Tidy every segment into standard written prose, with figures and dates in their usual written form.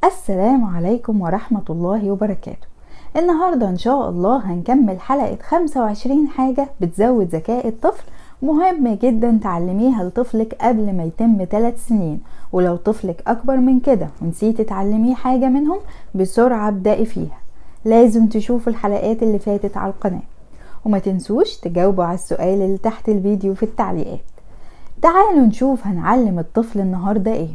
السلام عليكم ورحمة الله وبركاته. النهاردة إن شاء الله هنكمل حلقة 25 حاجة بتزود ذكاء الطفل، مهم جدا تعلميها لطفلك قبل ما يتم 3 سنين، ولو طفلك أكبر من كده ونسيتي تعلميه حاجة منهم بسرعة ابدأي فيها. لازم تشوفوا الحلقات اللي فاتت على القناة، وما تنسوش تجاوبوا على السؤال اللي تحت الفيديو في التعليقات. تعالوا نشوف هنعلم الطفل النهاردة ايه.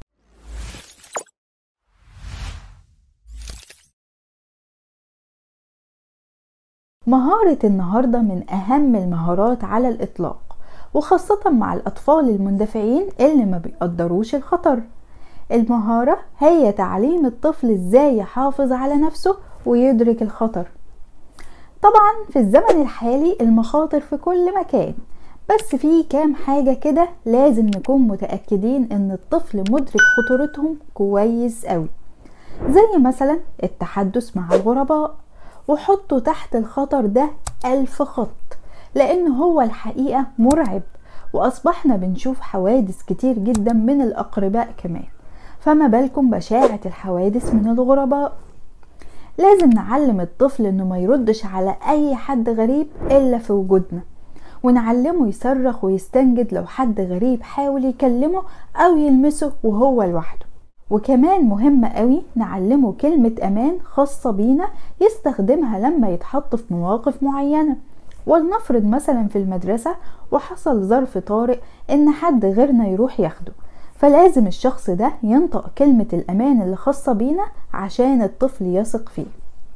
مهارة النهاردة من أهم المهارات على الإطلاق، وخاصة مع الأطفال المندفعين اللي ما بيقدروش الخطر. المهارة هي تعليم الطفل ازاي يحافظ على نفسه ويدرك الخطر. طبعا في الزمن الحالي المخاطر في كل مكان، بس في كام حاجة كده لازم نكون متأكدين ان الطفل مدرك خطورتهم كويس قوي، زي مثلا التحدث مع الغرباء، وحطوا تحت الخطر ده 1000 خط، لأن هو الحقيقة مرعب، وأصبحنا بنشوف حوادث كتير جدا من الأقرباء كمان، فما بالكم بشاعة الحوادث من الغرباء. لازم نعلم الطفل انه ما يردش على اي حد غريب الا في وجودنا، ونعلمه يصرخ ويستنجد لو حد غريب حاول يكلمه او يلمسه وهو لوحده. وكمان مهم قوي نعلمه كلمة امان خاصة بينا يستخدمها لما يتحط في مواقف معينة. ولنفرض مثلا في المدرسة وحصل ظرف طارئ ان حد غيرنا يروح ياخده، فلازم الشخص ده ينطق كلمة الأمان اللي خاصة بينا عشان الطفل يثق فيه.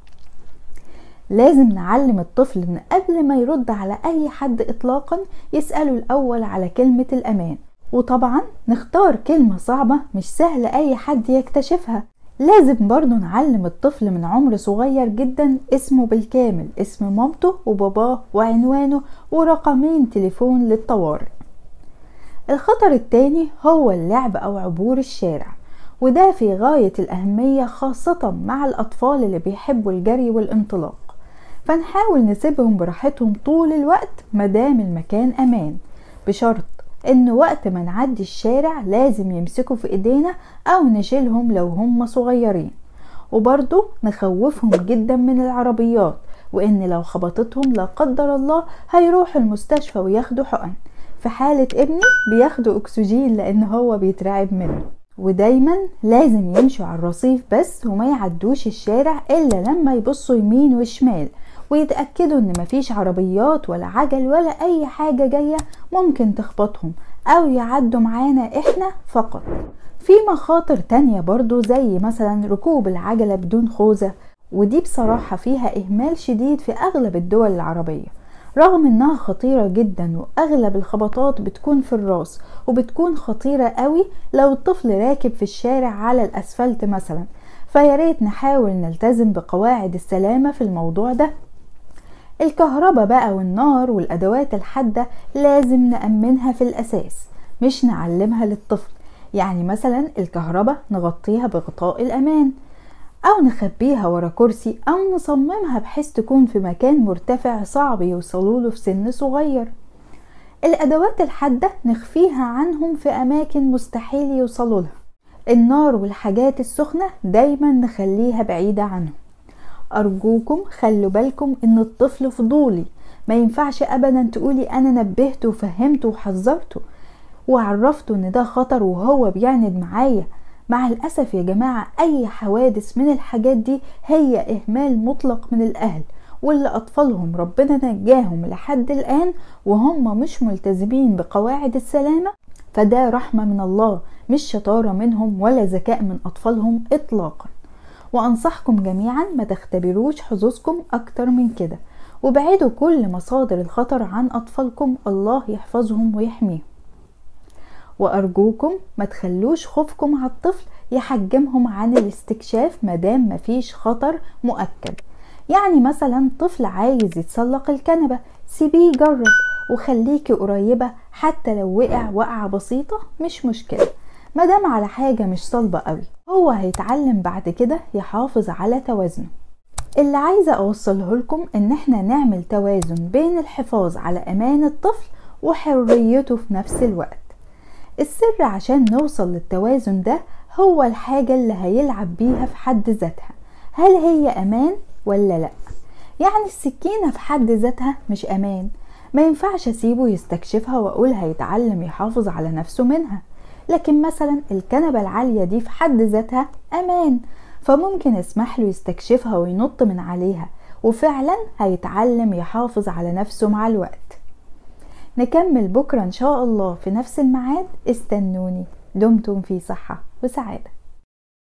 لازم نعلم الطفل ان قبل ما يرد على أي حد إطلاقا يسأله الأول على كلمة الأمان، وطبعا نختار كلمة صعبة مش سهل أي حد يكتشفها. لازم برضو نعلم الطفل من عمر صغير جدا اسمه بالكامل، اسم مامته وباباه وعنوانه ورقمين تليفون للطوارئ. الخطر التاني هو اللعب أو عبور الشارع، وده في غاية الأهمية خاصة مع الأطفال اللي بيحبوا الجري والانطلاق، فنحاول نسيبهم براحتهم طول الوقت مدام المكان أمان، بشرط إن وقت ما نعدي الشارع لازم يمسكوا في إيدينا أو نشيلهم لو هم صغيرين. وبرضو نخوفهم جدا من العربيات، وإن لو خبطتهم لا قدر الله هيروحوا المستشفى وياخدوا حقن. في حالة ابني بياخدوا اكسجين لان هو بيترعب منه. ودايما لازم يمشوا على الرصيف بس، وما يعدوش الشارع الا لما يبصوا يمين وشمال، ويتأكدوا ان مفيش عربيات ولا عجل ولا اي حاجة جاية ممكن تخبطهم او يعدوا معانا احنا فقط. في مخاطر تانية برضو زي مثلا ركوب العجلة بدون خوذة، ودي بصراحة فيها اهمال شديد في اغلب الدول العربية، رغم انها خطيرة جدا، واغلب الخبطات بتكون في الراس، وبتكون خطيرة قوي لو الطفل راكب في الشارع على الاسفلت مثلا. فياريت نحاول نلتزم بقواعد السلامة في الموضوع ده. الكهرباء بقى والنار والادوات الحادة لازم نأمنها في الاساس، مش نعلمها للطفل. يعني مثلا الكهرباء نغطيها بغطاء الامان، او نخبيها ورا كرسي، او نصممها بحيث تكون في مكان مرتفع صعب يوصلوله في سن صغير. الادوات الحادة نخفيها عنهم في اماكن مستحيل يوصلوا لها. النار والحاجات السخنة دايما نخليها بعيدة عنهم. ارجوكم خلوا بالكم ان الطفل فضولي، ما ينفعش ابدا تقولي انا نبهته وفهمته وحذرته وعرفته ان ده خطر وهو بيعند معايا. مع الأسف يا جماعة أي حوادث من الحاجات دي هي إهمال مطلق من الأهل، واللي أطفالهم ربنا نجاهم لحد الآن وهم مش ملتزمين بقواعد السلامة، فده رحمة من الله مش شطارة منهم ولا ذكاء من أطفالهم إطلاقا. وأنصحكم جميعا ما تختبروش حظوظكم أكتر من كده، وابعدوا كل مصادر الخطر عن أطفالكم، الله يحفظهم ويحميهم. وأرجوكم ما تخلوش خوفكم على الطفل يحجمهم عن الاستكشاف مادام مفيش خطر مؤكد. يعني مثلا طفل عايز يتسلق الكنبة، سيبيه يجرب وخليكي قريبة، حتى لو وقع وقعة بسيطة مش مشكلة مادام على حاجة مش صلبة قوي، هو هيتعلم بعد كده يحافظ على توازنه. اللي عايزة أوصله لكم إن احنا نعمل توازن بين الحفاظ على أمان الطفل وحريته في نفس الوقت. السر عشان نوصل للتوازن ده هو الحاجة اللي هيلعب بيها في حد ذاتها، هل هي امان ولا لا؟ يعني السكينة في حد ذاتها مش امان، ما ينفعش اسيبه يستكشفها واقول هيتعلم يحافظ على نفسه منها. لكن مثلا الكنبة العالية دي في حد ذاتها امان، فممكن اسمح له يستكشفها وينط من عليها، وفعلا هيتعلم يحافظ على نفسه مع الوقت. نكمل بكرة ان شاء الله في نفس الميعاد، استنوني. دمتم في صحة وسعادة.